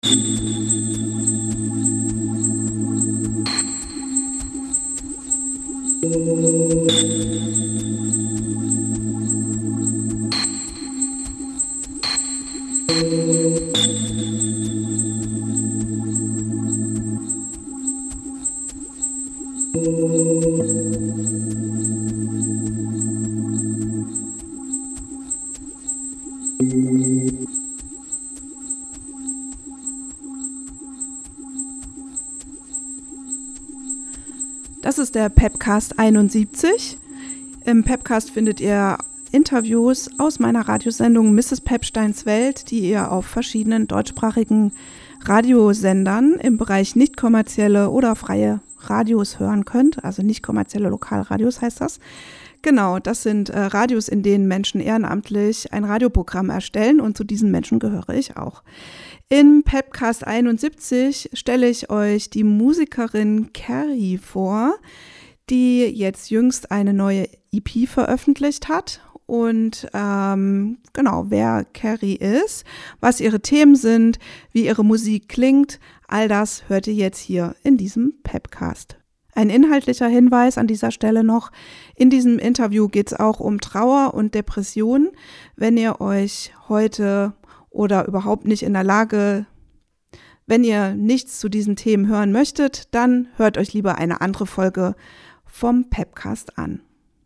Das ist der Pepcast 71. Im Pepcast findet ihr Interviews aus meiner Radiosendung Mrs. Pepsteins Welt, die ihr auf verschiedenen deutschsprachigen Radiosendern im Bereich nicht kommerzielle oder freie Radios hören könnt. Also nicht kommerzielle Lokalradios heißt das. Genau, das sind Radios, in denen Menschen ehrenamtlich ein Radioprogramm erstellen und zu diesen Menschen gehöre ich auch. Im Pepcast 71 stelle ich euch die Musikerin Carrie vor, die jetzt jüngst eine neue EP veröffentlicht hat. Und genau, wer Carrie ist, was ihre Themen sind, wie ihre Musik klingt, all das hört ihr jetzt hier in diesem Pepcast. Ein inhaltlicher Hinweis an dieser Stelle noch: In diesem Interview geht es auch um Trauer und Depression. Wenn ihr euch heute oder überhaupt nicht in der Lage, wenn ihr nichts zu diesen Themen hören möchtet, dann hört euch lieber eine andere Folge vom Pepcast an.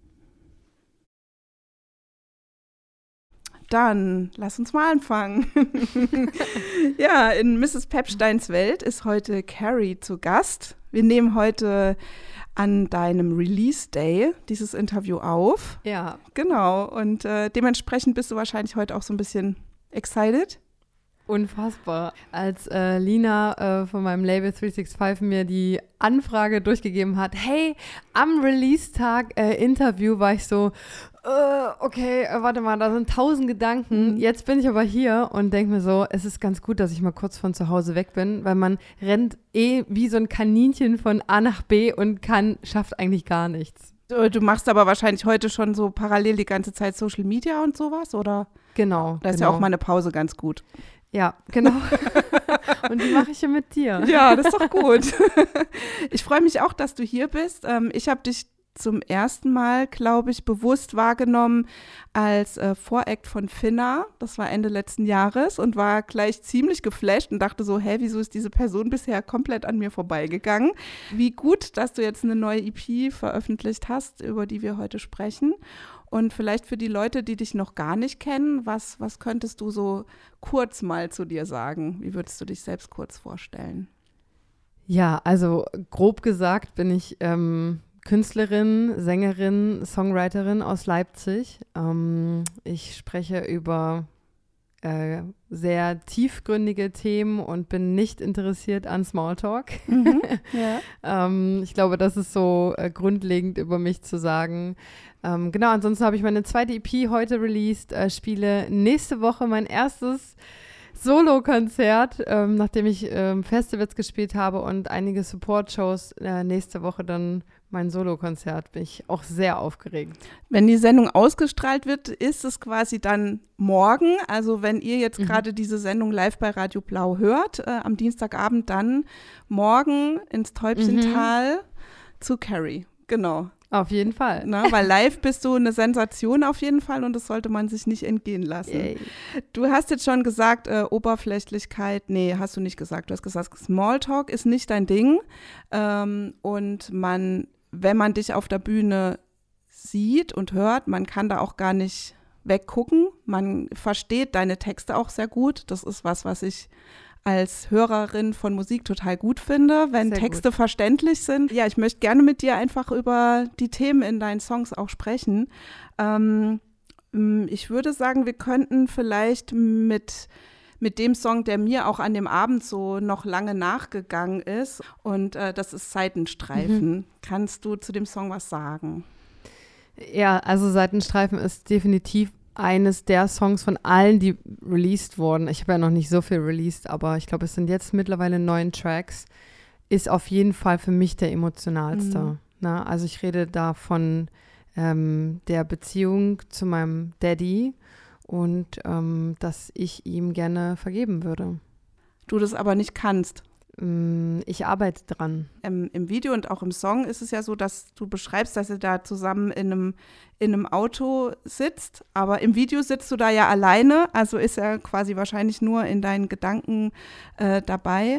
Dann lass uns mal anfangen. Ja, in Mrs. Pepsteins Welt ist heute Carrie zu Gast. Wir nehmen heute an deinem Release-Day dieses Interview auf. Ja. Genau, und dementsprechend bist du wahrscheinlich heute auch so ein bisschen excited. Unfassbar. Als Lina von meinem Label 365 mir die Anfrage durchgegeben hat, hey, am Release-Tag Interview, war ich so, okay, warte mal, da sind 1000 Gedanken. Jetzt bin ich aber hier und denke mir so, es ist ganz gut, dass ich mal kurz von zu Hause weg bin, weil man rennt wie so ein Kaninchen von A nach B und schafft eigentlich gar nichts. Du machst aber wahrscheinlich heute schon so parallel die ganze Zeit Social Media und sowas, oder? Genau. Da ist ja auch mal eine Pause ganz gut. Ja, genau. Und die mache ich ja mit dir. Ja, das ist doch gut. Ich freue mich auch, dass du hier bist. Ich habe dich zum ersten Mal, glaube ich, bewusst wahrgenommen als Voract von Finna. Das war Ende letzten Jahres und war gleich ziemlich geflasht und dachte so, hä, wieso ist diese Person bisher komplett an mir vorbeigegangen? Wie gut, dass du jetzt eine neue EP veröffentlicht hast, über die wir heute sprechen. Und vielleicht für die Leute, die dich noch gar nicht kennen, was könntest du so kurz mal zu dir sagen? Wie würdest du dich selbst kurz vorstellen? Ja, also grob gesagt bin ich Künstlerin, Sängerin, Songwriterin aus Leipzig. Ich spreche über sehr tiefgründige Themen und bin nicht interessiert an Smalltalk. Mhm, ja. Ich glaube, das ist so grundlegend über mich zu sagen. Genau, ansonsten habe ich meine zweite EP heute released, spiele nächste Woche mein erstes Solo-Konzert, nachdem ich Festivals gespielt habe und einige Support-Shows, nächste Woche dann mein Solo-Konzert. Bin ich auch sehr aufgeregt. Wenn die Sendung ausgestrahlt wird, ist es quasi dann morgen. Also wenn ihr jetzt gerade diese Sendung live bei Radio Blau hört, am Dienstagabend, dann morgen ins Täubchental zu Carrie. Genau. Auf jeden Fall. Na, weil live bist du eine Sensation auf jeden Fall und das sollte man sich nicht entgehen lassen. Yay. Du hast jetzt schon gesagt, Oberflächlichkeit, nee, hast du nicht gesagt. Du hast gesagt, Smalltalk ist nicht dein Ding. Und wenn man dich auf der Bühne sieht und hört, man kann da auch gar nicht weggucken. Man versteht deine Texte auch sehr gut. Das ist was ich als Hörerin von Musik total gut finde, wenn Sehr Texte gut. verständlich sind. Ja, ich möchte gerne mit dir einfach über die Themen in deinen Songs auch sprechen. Ich würde sagen, wir könnten vielleicht mit dem Song, der mir auch an dem Abend so noch lange nachgegangen ist, und das ist Seitenstreifen. Kannst du zu dem Song was sagen? Ja, also Seitenstreifen ist definitiv eines der Songs von allen, die released wurden. Ich habe ja noch nicht so viel released, aber ich glaube, es sind jetzt mittlerweile 9 Tracks. Ist auf jeden Fall für mich der emotionalste. Na, also ich rede da von der Beziehung zu meinem Daddy und dass ich ihm gerne vergeben würde. du das aber nicht kannst. Ich arbeite dran. Im Video und auch im Song ist es ja so, dass du beschreibst, dass ihr da zusammen in einem Auto sitzt, aber im Video sitzt du da ja alleine, also ist er quasi wahrscheinlich nur in deinen Gedanken dabei.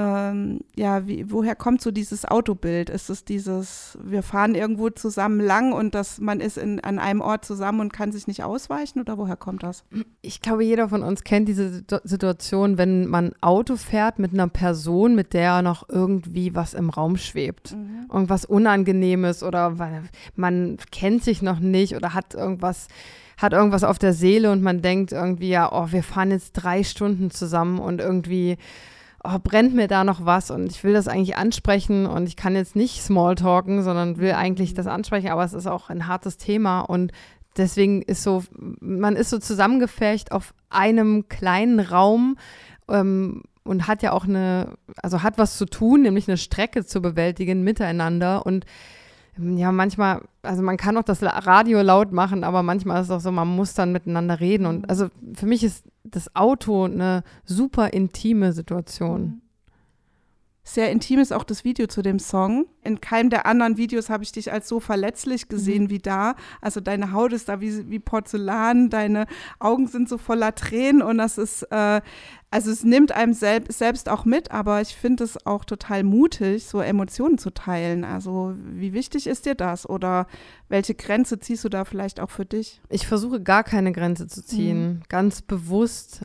Woher kommt so dieses Autobild? Ist es dieses, wir fahren irgendwo zusammen lang und man ist an einem Ort zusammen und kann sich nicht ausweichen, oder woher kommt das? Ich glaube, jeder von uns kennt diese Situation, wenn man Auto fährt mit einer Person, mit der noch irgendwie was im Raum schwebt. Irgendwas Unangenehmes oder weil man kennt sich noch nicht oder hat irgendwas auf der Seele und man denkt irgendwie, wir fahren jetzt 3 Stunden zusammen und irgendwie brennt mir da noch was und ich will das eigentlich ansprechen und ich kann jetzt nicht Smalltalken, sondern will eigentlich das ansprechen, aber es ist auch ein hartes Thema und deswegen man ist so zusammengefercht auf einem kleinen Raum und hat ja auch hat was zu tun, nämlich eine Strecke zu bewältigen miteinander und ja, manchmal, also man kann auch das Radio laut machen, aber manchmal ist es auch so, man muss dann miteinander reden und also für mich ist das Auto eine super intime Situation. Sehr intim ist auch das Video zu dem Song. In keinem der anderen Videos habe ich dich als so verletzlich gesehen wie da. Also deine Haut ist da wie Porzellan, deine Augen sind so voller Tränen und das ist, es nimmt einem selbst auch mit, aber ich finde es auch total mutig, so Emotionen zu teilen. Also wie wichtig ist dir das oder welche Grenze ziehst du da vielleicht auch für dich? Ich versuche gar keine Grenze zu ziehen, ganz bewusst,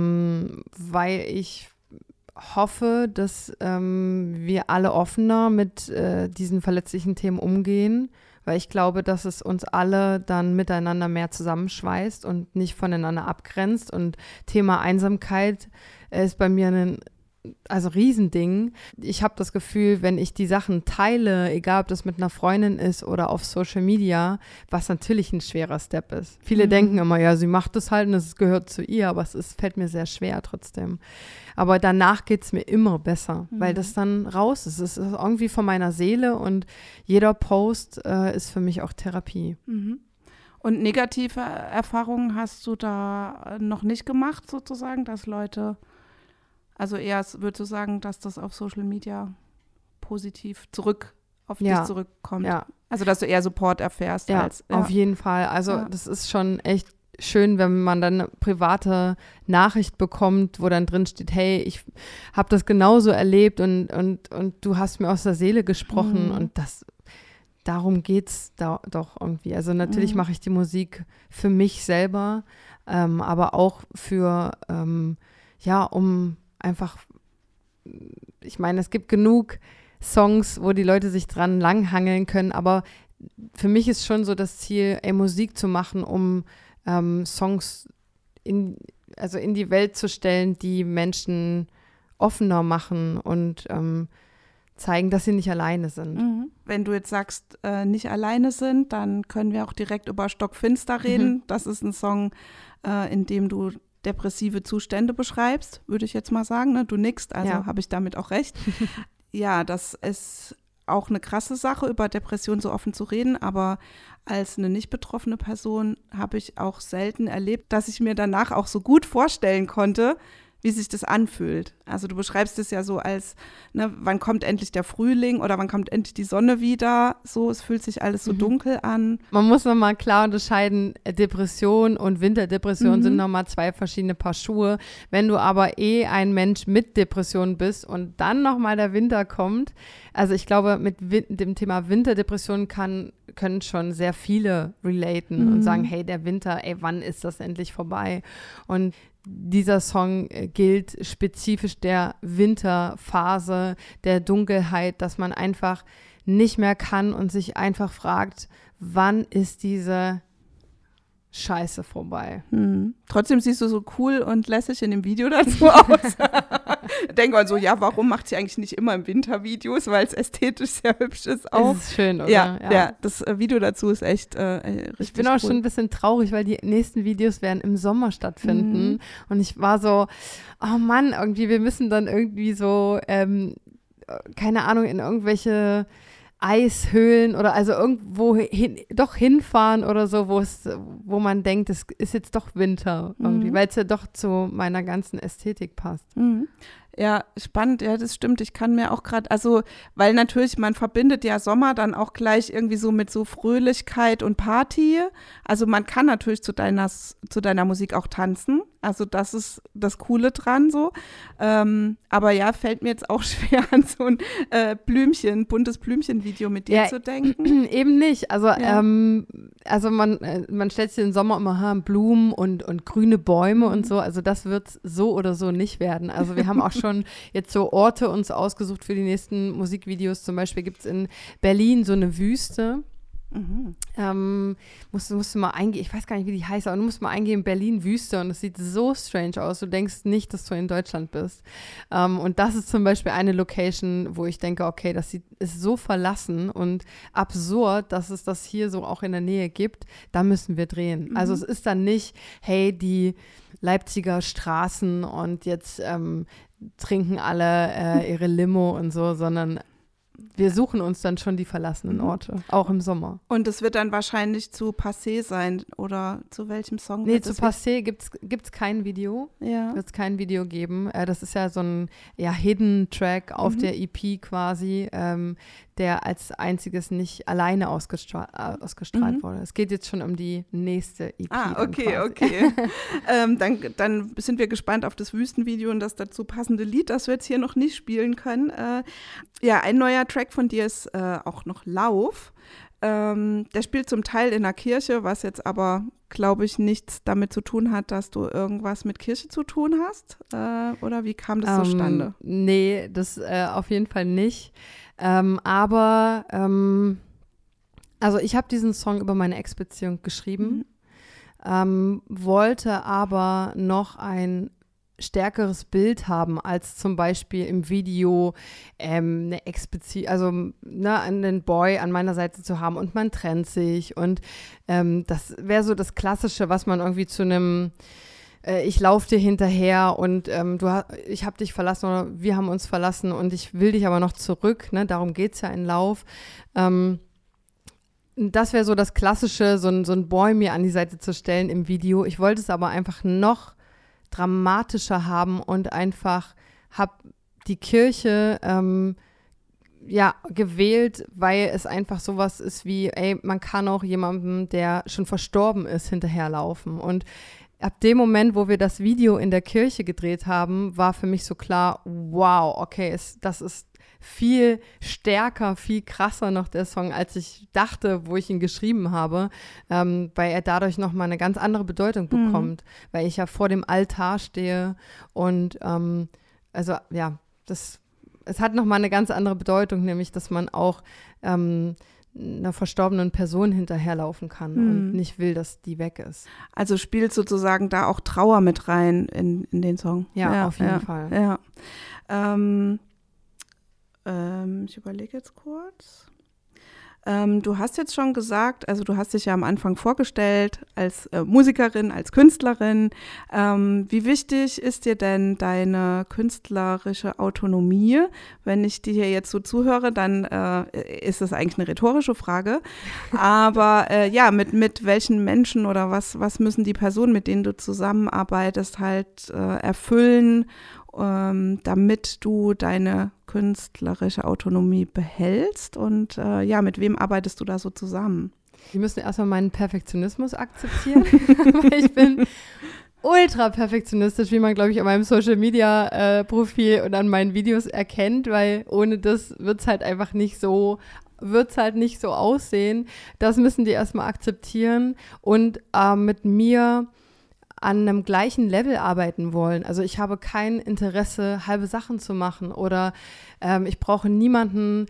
weil ich hoffe, dass wir alle offener mit diesen verletzlichen Themen umgehen, weil ich glaube, dass es uns alle dann miteinander mehr zusammenschweißt und nicht voneinander abgrenzt. Und Thema Einsamkeit ist bei mir ein Riesending. Ich habe das Gefühl, wenn ich die Sachen teile, egal ob das mit einer Freundin ist oder auf Social Media, was natürlich ein schwerer Step ist. Viele denken immer, ja, sie macht das halt und es gehört zu ihr, aber fällt mir sehr schwer trotzdem. Aber danach geht es mir immer besser, weil das dann raus ist. Es ist irgendwie von meiner Seele und jeder Post ist für mich auch Therapie. Und negative Erfahrungen hast du da noch nicht gemacht, sozusagen, dass Leute, also eher würdest du sagen, dass das auf Social Media positiv auf dich zurückkommt? Ja. Also dass du eher Support erfährst. Ja, auf jeden Fall. Also das ist schon echt schön, wenn man dann eine private Nachricht bekommt, wo dann drin steht, hey, ich habe das genauso erlebt und du hast mir aus der Seele gesprochen und darum geht's doch irgendwie. Also natürlich mache ich die Musik für mich selber, aber auch für, um einfach, ich meine, es gibt genug Songs, wo die Leute sich dran langhangeln können, aber für mich ist schon so das Ziel, Musik zu machen, um Songs in die Welt zu stellen, die Menschen offener machen und zeigen, dass sie nicht alleine sind. Wenn du jetzt sagst, nicht alleine sind, dann können wir auch direkt über Stockfinster reden. Das ist ein Song, in dem du depressive Zustände beschreibst, würde ich jetzt mal sagen. Ne? Du nickst, also habe ich damit auch recht. Ja, das ist auch eine krasse Sache, über Depressionen so offen zu reden, aber als eine nicht betroffene Person habe ich auch selten erlebt, dass ich mir danach auch so gut vorstellen konnte, wie sich das anfühlt. Also du beschreibst es ja so als, ne, wann kommt endlich der Frühling oder wann kommt endlich die Sonne wieder, so, es fühlt sich alles so dunkel an. Man muss nochmal klar unterscheiden, Depression und Winterdepression sind nochmal 2 verschiedene Paar Schuhe. Wenn du aber ein Mensch mit Depression bist und dann nochmal der Winter kommt, also ich glaube, mit dem Thema Winterdepression können schon sehr viele relaten und sagen, hey, der Winter, wann ist das endlich vorbei? Und dieser Song gilt spezifisch der Winterphase, der Dunkelheit, dass man einfach nicht mehr kann und sich einfach fragt, wann ist diese Scheiße vorbei. Trotzdem siehst du so cool und lässig in dem Video dazu aus. Denkt man so, ja, warum macht sie eigentlich nicht immer im Winter Videos, weil es ästhetisch sehr hübsch ist auch. Das ist schön, oder? Ja, das Video dazu ist echt richtig Ich bin auch schon ein bisschen traurig, weil die nächsten Videos werden im Sommer stattfinden. Und ich war so, oh Mann, irgendwie, wir müssen dann irgendwie so, keine Ahnung, in irgendwelche Eishöhlen oder also irgendwo doch hinfahren oder so, wo man denkt, es ist jetzt doch Winter irgendwie, weil es ja doch zu meiner ganzen Ästhetik passt. Ja, spannend, ja, das stimmt. Ich kann mir auch gerade, also, weil natürlich, man verbindet ja Sommer dann auch gleich irgendwie so mit so Fröhlichkeit und Party. Also man kann natürlich zu deiner Musik auch tanzen. Also das ist das Coole dran so. Aber ja, fällt mir jetzt auch schwer an so ein buntes Blümchen-Video mit dir zu denken. Eben nicht. Also, also man stellt sich den Sommer immer Blumen und grüne Bäume und so. Also das wird so oder so nicht werden. Also wir haben auch schon jetzt so Orte uns ausgesucht für die nächsten Musikvideos. Zum Beispiel gibt es in Berlin so eine Wüste. Musst du mal eingehen, ich weiß gar nicht, wie die heißt, aber du musst mal eingeben, Berlin Wüste und es sieht so strange aus, du denkst nicht, dass du in Deutschland bist. Und das ist zum Beispiel eine Location, wo ich denke, okay, ist so verlassen und absurd, dass es das hier so auch in der Nähe gibt, da müssen wir drehen. Also es ist dann nicht, hey, die Leipziger Straßen und jetzt trinken alle ihre Limo und so, sondern wir suchen uns dann schon die verlassenen Orte, auch im Sommer. Und es wird dann wahrscheinlich zu Passé sein, oder zu welchem Song? Nee, zu Passé gibt's kein Video. Ja. Wird es kein Video geben. Das ist ja so ein Hidden Track auf der EP quasi, der als einziges nicht alleine ausgestrahlt wurde. Es geht jetzt schon um die nächste EP. Okay. Dann sind wir gespannt auf das Wüstenvideo und das dazu passende Lied, das wir jetzt hier noch nicht spielen können. Ein neuer Track von dir ist auch noch Lauf. Der spielt zum Teil in der Kirche, was jetzt aber, glaube ich, nichts damit zu tun hat, dass du irgendwas mit Kirche zu tun hast. Oder wie kam das zustande? Nee, das auf jeden Fall nicht. Also ich habe diesen Song über meine Ex-Beziehung geschrieben, wollte aber noch ein stärkeres Bild haben, als zum Beispiel im Video eine Ex-Beziehung, also einen Boy an meiner Seite zu haben und man trennt sich und das wäre so das Klassische, was man irgendwie zu einem ich laufe dir hinterher und ich habe dich verlassen oder wir haben uns verlassen und ich will dich aber noch zurück, ne? Darum geht es ja in Lauf. Das wäre so das Klassische, so ein Boy mir an die Seite zu stellen im Video. Ich wollte es aber einfach noch dramatischer haben und einfach habe die Kirche gewählt, weil es einfach sowas ist wie, man kann auch jemandem, der schon verstorben ist, hinterherlaufen. Und ab dem Moment, wo wir das Video in der Kirche gedreht haben, war für mich so klar, wow, okay, das ist viel stärker, viel krasser noch der Song, als ich dachte, wo ich ihn geschrieben habe, weil er dadurch nochmal eine ganz andere Bedeutung bekommt, weil ich ja vor dem Altar stehe und es hat nochmal eine ganz andere Bedeutung, nämlich, dass man auch einer verstorbenen Person hinterherlaufen kann und nicht will, dass die weg ist. Also spielt sozusagen da auch Trauer mit rein in den Song? Ja, auf jeden Fall. Ja. Ich überlege jetzt kurz. Du hast jetzt schon gesagt, also du hast dich ja am Anfang vorgestellt als Musikerin, als Künstlerin. Wie wichtig ist dir denn deine künstlerische Autonomie? Wenn ich dir hier jetzt so zuhöre, dann ist das eigentlich eine rhetorische Frage. Aber mit welchen Menschen oder was müssen die Personen, mit denen du zusammenarbeitest, halt erfüllen, damit du deine künstlerische Autonomie behältst und mit wem arbeitest du da so zusammen? Die müssen erstmal meinen Perfektionismus akzeptieren, weil ich bin ultra perfektionistisch, wie man, glaube ich, an meinem Social-Media-Profil und an meinen Videos erkennt, weil ohne das wird es halt einfach nicht so aussehen. Das müssen die erstmal akzeptieren und mit mir an einem gleichen Level arbeiten wollen. Also ich habe kein Interesse, halbe Sachen zu machen oder ich brauche niemanden,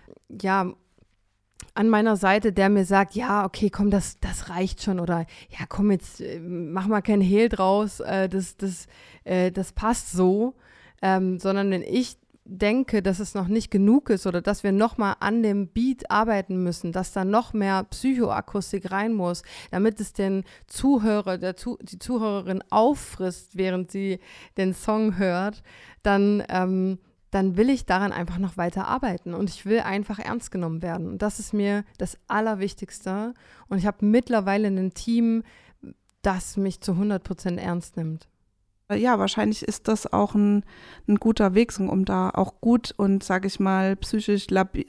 an meiner Seite, der mir sagt, ja, okay, komm, das reicht schon oder ja, komm, jetzt mach mal kein Hehl draus, das passt so, sondern wenn ich denke, dass es noch nicht genug ist oder dass wir noch mal an dem Beat arbeiten müssen, dass da noch mehr Psychoakustik rein muss, damit es den Zuhörer, die Zuhörerin auffrisst, während sie den Song hört, dann dann will ich daran einfach noch weiter arbeiten und ich will einfach ernst genommen werden. Und das ist mir das Allerwichtigste. Und ich habe mittlerweile ein Team, das mich zu 100% ernst nimmt. Ja, wahrscheinlich ist das auch ein guter Weg, um da auch gut und, sage ich mal, psychisch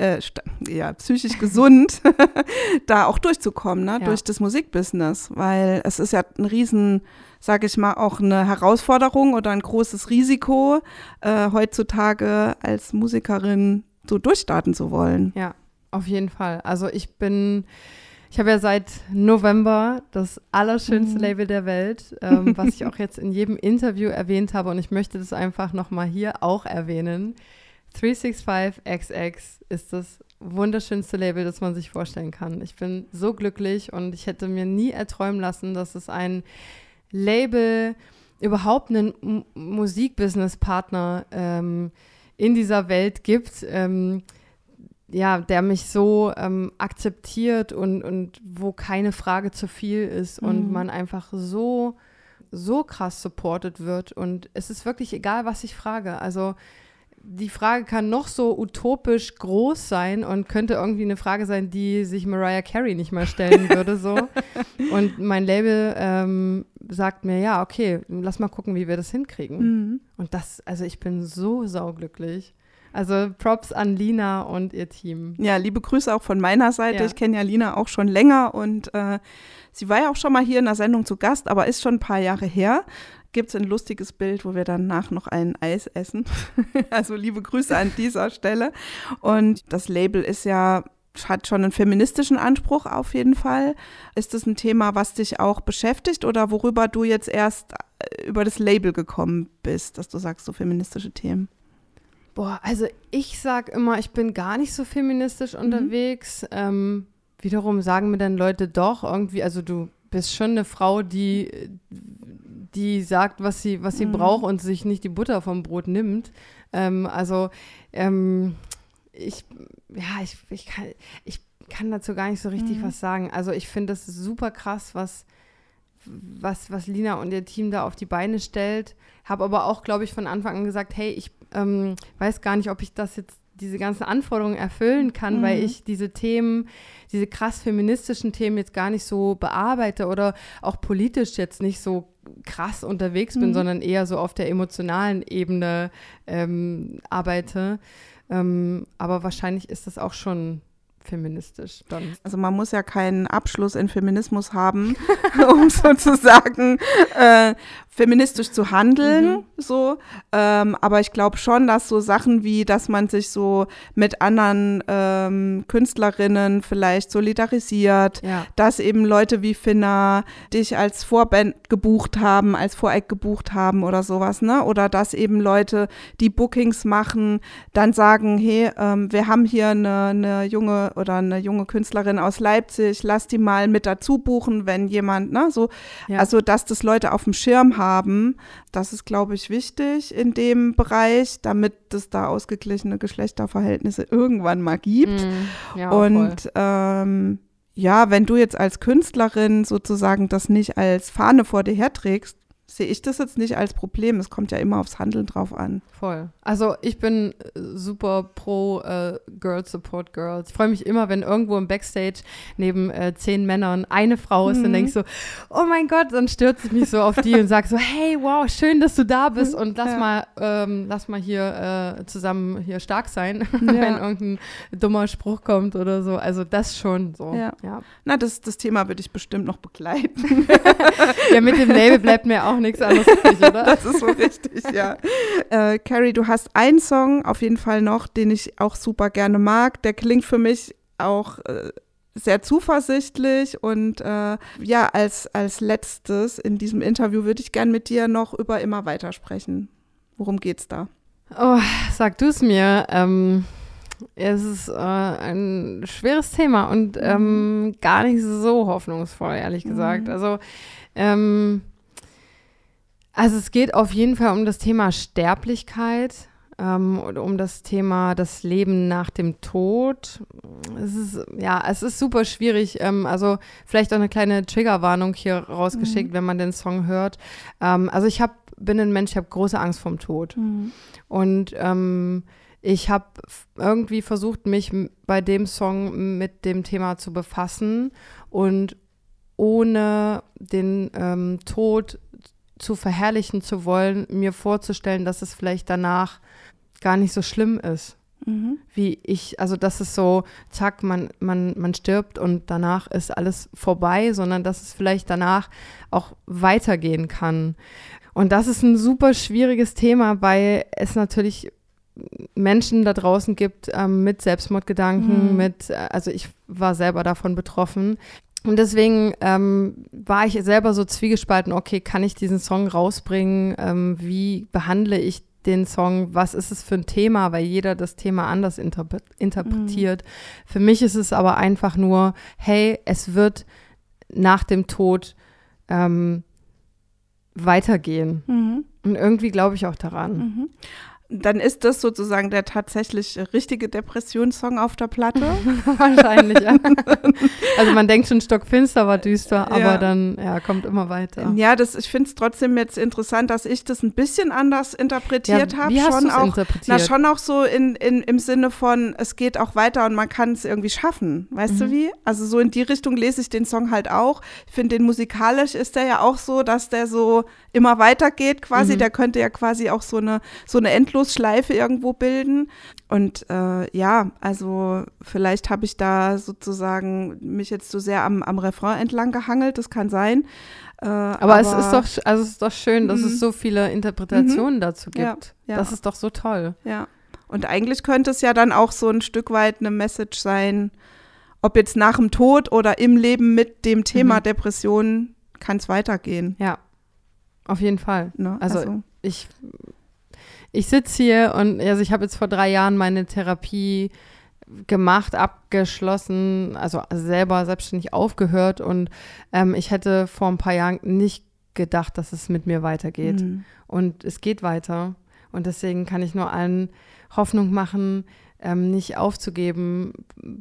gesund da auch durchzukommen, ne? Durch das Musikbusiness. Weil es ist ja ein riesen, sage ich mal, auch eine Herausforderung oder ein großes Risiko, heutzutage als Musikerin so durchstarten zu wollen. Ja, auf jeden Fall. Also ich habe ja seit November das allerschönste Label der Welt, was ich auch jetzt in jedem Interview erwähnt habe und ich möchte das einfach nochmal hier auch erwähnen. 365XX ist das wunderschönste Label, das man sich vorstellen kann. Ich bin so glücklich und ich hätte mir nie erträumen lassen, dass es ein Label, überhaupt einen Musikbusiness-Partner in dieser Welt gibt, der mich so akzeptiert und wo keine Frage zu viel ist und man einfach so krass supported wird. Und es ist wirklich egal, was ich frage. Also die Frage kann noch so utopisch groß sein und könnte irgendwie eine Frage sein, die sich Mariah Carey nicht mal stellen würde. So. Und mein Label sagt mir, ja, okay, lass mal gucken, wie wir das hinkriegen. Und ich bin so sauglücklich. Also Props an Lina und ihr Team. Ja, liebe Grüße auch von meiner Seite. Ja. Ich kenne ja Lina auch schon länger und sie war ja auch schon mal hier in der Sendung zu Gast, aber ist schon ein paar Jahre her. Gibt es ein lustiges Bild, wo wir danach noch ein Eis essen. Also liebe Grüße an dieser Stelle. Und das Label hat schon einen feministischen Anspruch auf jeden Fall. Ist das ein Thema, was dich auch beschäftigt oder worüber du jetzt erst über das Label gekommen bist, dass du sagst, so feministische Themen? Boah, also ich sag immer, ich bin gar nicht so feministisch unterwegs. Wiederum sagen mir dann Leute doch irgendwie, also du bist schon eine Frau, die sagt, was sie braucht und sich nicht die Butter vom Brot nimmt. Ich kann dazu gar nicht so richtig was sagen. Also ich finde das super krass, was Lina und ihr Team da auf die Beine stellt. Habe aber auch, glaube ich, von Anfang an gesagt, hey, ich weiß gar nicht, ob ich diese ganzen Anforderungen erfüllen kann, weil ich diese Themen, diese krass feministischen Themen jetzt gar nicht so bearbeite oder auch politisch jetzt nicht so krass unterwegs bin, sondern eher so auf der emotionalen Ebene arbeite. Aber wahrscheinlich ist das auch schon feministisch dann. Also man muss ja keinen Abschluss in Feminismus haben, um sozusagen feministisch zu handeln, so. Aber ich glaube schon, dass so Sachen wie, dass man sich so mit anderen Künstlerinnen vielleicht solidarisiert, dass eben Leute wie Finna dich als Vorband gebucht haben, als Voreck gebucht haben oder sowas, ne? Oder dass eben Leute, die Bookings machen, dann sagen, hey, wir haben hier eine junge Künstlerin aus Leipzig, lass die mal mit dazu buchen, wenn jemand, ne, so, also dass das Leute auf dem Schirm haben, das ist, glaube ich, wichtig in dem Bereich, damit es da ausgeglichene Geschlechterverhältnisse irgendwann mal gibt. Und wenn du jetzt als Künstlerin sozusagen das nicht als Fahne vor dir herträgst, sehe ich das jetzt nicht als Problem. Es kommt ja immer aufs Handeln drauf an. Voll. Also ich bin super pro Girls Support Girls. Ich freue mich immer, wenn irgendwo im Backstage neben 10 Männern eine Frau ist, dann denke ich so, oh mein Gott, dann stürze ich mich so auf die und sage so, hey, wow, schön, dass du da bist und lass mal hier zusammen hier stark sein, wenn irgendein dummer Spruch kommt oder so. Also das schon so. Ja. Na, das Thema würde ich bestimmt noch begleiten. Ja, mit dem Label bleibt mir auch nichts anderes übrig, oder? Das ist so richtig, ja. Carrie, du hast einen Song auf jeden Fall noch, den ich auch super gerne mag. Der klingt für mich auch sehr zuversichtlich und als letztes in diesem Interview würde ich gern mit dir noch über Immer weiter sprechen. Worum geht's da? Oh, sag du es mir. Es ist ein schweres Thema und gar nicht so hoffnungsvoll, ehrlich gesagt. Also es geht auf jeden Fall um das Thema Sterblichkeit. um das Thema das Leben nach dem Tod. Es ist super schwierig. Also vielleicht auch eine kleine Triggerwarnung hier rausgeschickt, wenn man den Song hört. Also bin ein Mensch, ich habe große Angst vorm Tod. Und ich habe irgendwie versucht, mich bei dem Song mit dem Thema zu befassen und ohne den Tod zu verherrlichen zu wollen, mir vorzustellen, dass es vielleicht danach gar nicht so schlimm ist. Also das ist so, zack, man stirbt und danach ist alles vorbei, sondern dass es vielleicht danach auch weitergehen kann. Und das ist ein super schwieriges Thema, weil es natürlich Menschen da draußen gibt mit Selbstmordgedanken, also ich war selber davon betroffen. Und deswegen war ich selber so zwiegespalten, okay, kann ich diesen Song rausbringen? Wie behandle ich den Song? Was ist es für ein Thema? Weil jeder das Thema anders interpretiert. Für mich ist es aber einfach nur, hey, es wird nach dem Tod weitergehen. Und irgendwie glaube ich auch daran. Dann ist das sozusagen der tatsächlich richtige Depressionssong auf der Platte. Wahrscheinlich, ja. Also man denkt schon, stockfinster war düster, aber dann kommt immer weiter. Ja, ich finde es trotzdem jetzt interessant, dass ich das ein bisschen anders interpretiert habe. Wie hast du es interpretiert? Schon auch so im Sinne von, es geht auch weiter und man kann es irgendwie schaffen. Weißt du wie? Also so in die Richtung lese ich den Song halt auch. Ich finde, den musikalisch ist der ja auch so, dass der so immer weitergeht quasi. Der könnte ja quasi auch so eine Endlosschleife irgendwo bilden. Und also vielleicht habe ich da sozusagen mich jetzt so sehr am Refrain entlang gehangelt, das kann sein. Aber es ist doch schön, dass es so viele Interpretationen dazu gibt. Ja. Das ist doch so toll. Ja. Und eigentlich könnte es ja dann auch so ein Stück weit eine Message sein, ob jetzt nach dem Tod oder im Leben mit dem Thema Depression kann es weitergehen. Ja, auf jeden Fall. Ne? Also ich sitze hier und ich habe jetzt vor 3 Jahren meine Therapie gemacht, abgeschlossen, also selber selbstständig aufgehört und ich hätte vor ein paar Jahren nicht gedacht, dass es mit mir weitergeht. Und es geht weiter und deswegen kann ich nur allen Hoffnung machen, nicht aufzugeben,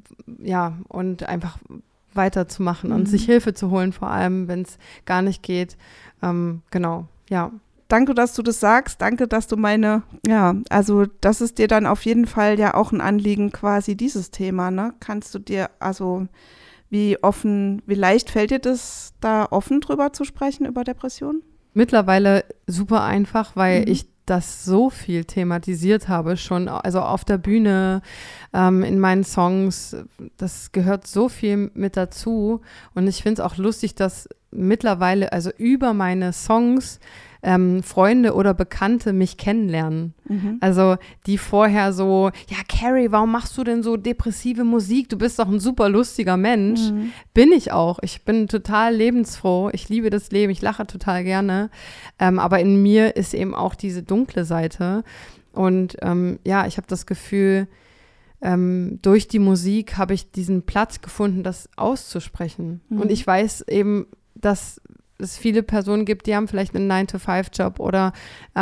und einfach weiterzumachen und sich Hilfe zu holen, vor allem, wenn es gar nicht geht. Genau, ja. Danke, dass du das sagst. Danke, dass du also das ist dir dann auf jeden Fall ja auch ein Anliegen, quasi dieses Thema, ne? Kannst du dir, also wie leicht fällt dir das, da offen drüber zu sprechen, über Depressionen? Mittlerweile super einfach, weil ich das so viel thematisiert habe, schon, also auf der Bühne, in meinen Songs, das gehört so viel mit dazu und ich finde es auch lustig, dass mittlerweile, also über meine Songs, Freunde oder Bekannte mich kennenlernen. Also die vorher so, ja Carrie, warum machst du denn so depressive Musik? Du bist doch ein super lustiger Mensch. Bin ich auch. Ich bin total lebensfroh. Ich liebe das Leben. Ich lache total gerne. Aber in mir ist eben auch diese dunkle Seite. Und ich habe das Gefühl, durch die Musik habe ich diesen Platz gefunden, das auszusprechen. Und ich weiß eben, dass es viele Personen gibt, die haben vielleicht einen 9-to-5-Job oder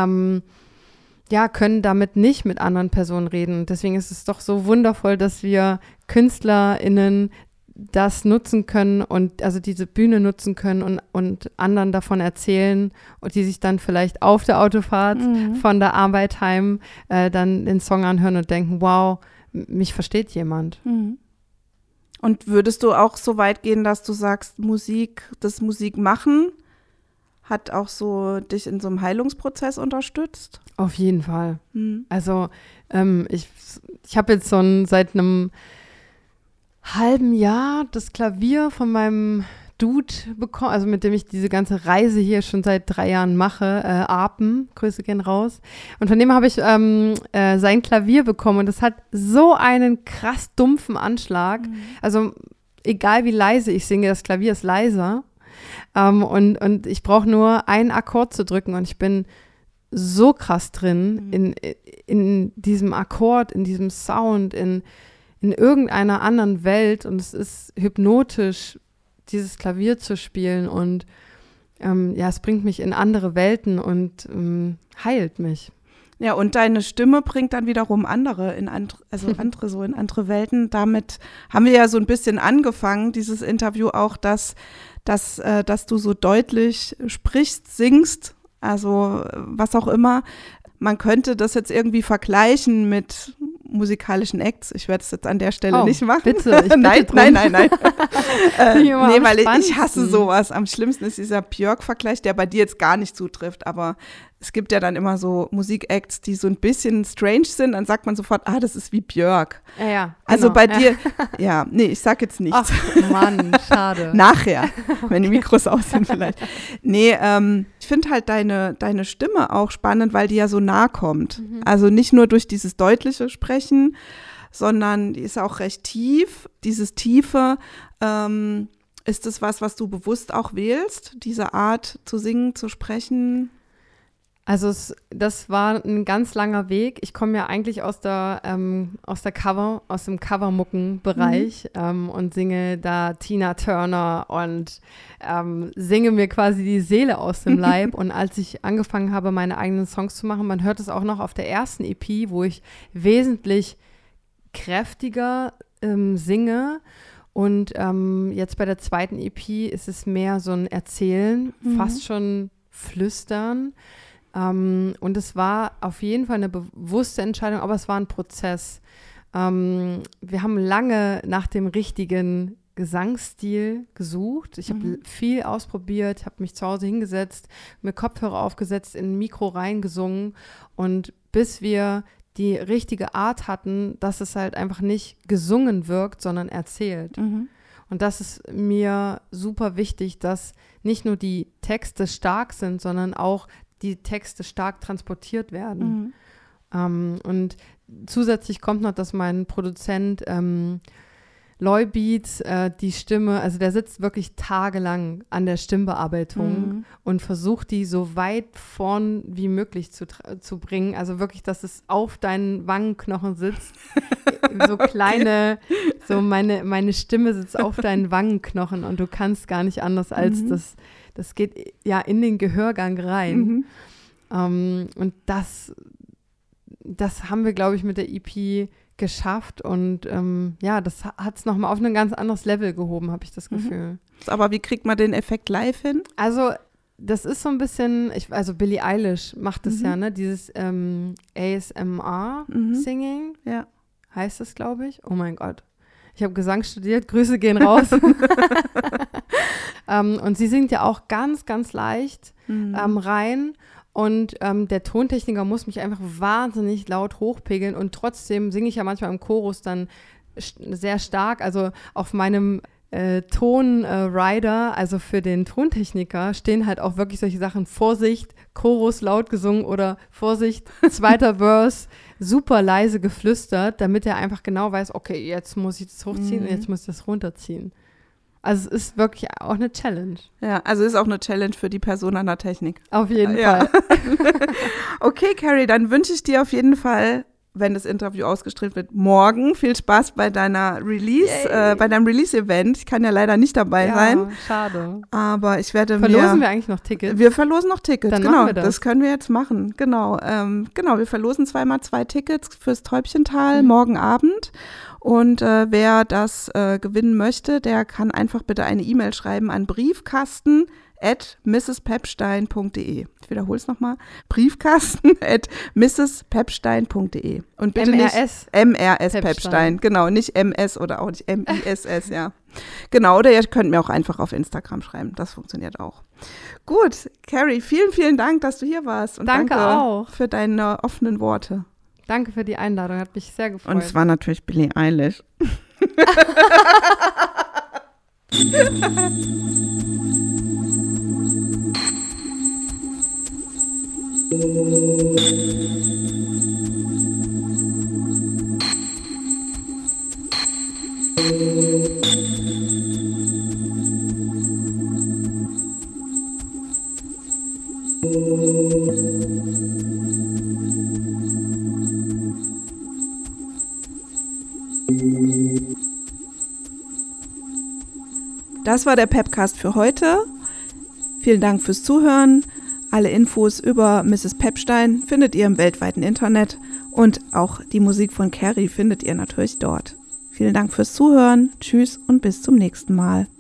können damit nicht mit anderen Personen reden. Deswegen ist es doch so wundervoll, dass wir KünstlerInnen das nutzen können und also diese Bühne nutzen können und anderen davon erzählen und die sich dann vielleicht auf der Autofahrt von der Arbeit heim dann den Song anhören und denken, wow, mich versteht jemand. Und würdest du auch so weit gehen, dass du sagst, das Musikmachen hat auch so dich in so einem Heilungsprozess unterstützt? Auf jeden Fall. Also ich habe jetzt seit einem halben Jahr das Klavier von meinem Dude bekommen, also mit dem ich diese ganze Reise hier schon seit 3 Jahren mache, Apen, Grüße gehen raus. Und von dem habe ich sein Klavier bekommen und das hat so einen krass dumpfen Anschlag. Also egal wie leise ich singe, das Klavier ist leiser. Und ich brauche nur einen Akkord zu drücken und ich bin so krass drin in diesem Akkord, in diesem Sound, in irgendeiner anderen Welt und es ist hypnotisch, dieses Klavier zu spielen und es bringt mich in andere Welten und heilt mich. Ja, und deine Stimme bringt dann wiederum andere in andere Welten. Damit haben wir ja so ein bisschen angefangen, dieses Interview auch, dass du so deutlich sprichst, singst, also was auch immer. Man könnte das jetzt irgendwie vergleichen mit musikalischen Acts. Ich werde es jetzt an der Stelle nicht machen. Bitte, nein. Nee, weil spannendsten. ich hasse sowas. Am schlimmsten ist dieser Björk-Vergleich, der bei dir jetzt gar nicht zutrifft, aber es gibt ja dann immer so Musikacts, die so ein bisschen strange sind, dann sagt man sofort, das ist wie Björk. Ja, genau. Also bei dir, ich sag jetzt nichts. Ach Mann, schade. Nachher, wenn die Mikros aus sind vielleicht. Nee, ich finde halt deine Stimme auch spannend, weil die ja so nah kommt. Mhm. Also nicht nur durch dieses deutliche Sprechen, sondern die ist auch recht tief. Dieses Tiefe, ist das was du bewusst auch wählst, diese Art zu singen, zu sprechen? Also das war ein ganz langer Weg. Ich komme ja eigentlich aus dem Covermucken-Bereich und singe da Tina Turner und singe mir quasi die Seele aus dem Leib. Und als ich angefangen habe, meine eigenen Songs zu machen, man hört es auch noch auf der ersten EP, wo ich wesentlich kräftiger singe. Und jetzt bei der zweiten EP ist es mehr so ein Erzählen, fast schon Flüstern. Und es war auf jeden Fall eine bewusste Entscheidung, aber es war ein Prozess. Wir haben lange nach dem richtigen Gesangsstil gesucht. Ich habe viel ausprobiert, habe mich zu Hause hingesetzt, mir Kopfhörer aufgesetzt, in ein Mikro reingesungen und bis wir die richtige Art hatten, dass es halt einfach nicht gesungen wirkt, sondern erzählt. Und das ist mir super wichtig, dass nicht nur die Texte stark sind, sondern auch die Texte stark transportiert werden. Und zusätzlich kommt noch, dass mein Produzent Leubeats die Stimme, also der sitzt wirklich tagelang an der Stimmbearbeitung und versucht, die so weit vorn wie möglich zu bringen. Also wirklich, dass es auf deinen Wangenknochen sitzt. So kleine, so meine Stimme sitzt auf deinen Wangenknochen und du kannst gar nicht anders als das geht ja in den Gehörgang rein. Und das haben wir, glaube ich, mit der EP geschafft und das hat es nochmal auf ein ganz anderes Level gehoben, habe ich das Gefühl. Aber wie kriegt man den Effekt live hin? Also das ist so ein bisschen, also Billie Eilish macht das ja, ne? Dieses ASMR-Singing, heißt das, glaube ich. Oh mein Gott. Ich habe Gesang studiert, Grüße gehen raus. Und sie singt ja auch ganz, ganz leicht rein. Und der Tontechniker muss mich einfach wahnsinnig laut hochpegeln. Und trotzdem singe ich ja manchmal im Chorus dann sehr stark. Also auf meinem Tonrider, also für den Tontechniker, stehen halt auch wirklich solche Sachen. Vorsicht, Chorus laut gesungen oder Vorsicht, zweiter Verse, super leise geflüstert, damit er einfach genau weiß, okay, jetzt muss ich das hochziehen und jetzt muss ich das runterziehen. Also es ist wirklich auch eine Challenge. Ja, also ist auch eine Challenge für die Person an der Technik. Auf jeden Fall. Okay, Carrie, dann wünsche ich dir auf jeden Fall, wenn das Interview ausgestrahlt wird, morgen viel Spaß bei deiner bei deinem Release-Event. Ich kann ja leider nicht dabei sein. Ja, schade. Aber ich werde Verlosen wir eigentlich noch Tickets? Wir verlosen noch Tickets, Dann genau. machen wir das können wir jetzt machen. Genau, wir verlosen 2x2 Tickets fürs Täubchental morgen Abend. Und wer das gewinnen möchte, der kann einfach bitte eine E-Mail schreiben an briefkasten@mrspepstein.de. Ich wiederhole es nochmal. briefkasten@mrspepstein.de. Und bitte MRS Pepstein. Genau, nicht MS oder auch nicht MISS, ja. Genau, oder ihr könnt mir auch einfach auf Instagram schreiben. Das funktioniert auch. Gut, Carrie, vielen, vielen Dank, dass du hier warst. Und danke auch für deine offenen Worte. Danke für die Einladung, hat mich sehr gefreut. Und es war natürlich Billie Eilish. Das war der Pepcast für heute. Vielen Dank fürs Zuhören. Alle Infos über Mrs. Pepstein findet ihr im weltweiten Internet und auch die Musik von Carrie findet ihr natürlich dort. Vielen Dank fürs Zuhören, tschüss und bis zum nächsten Mal.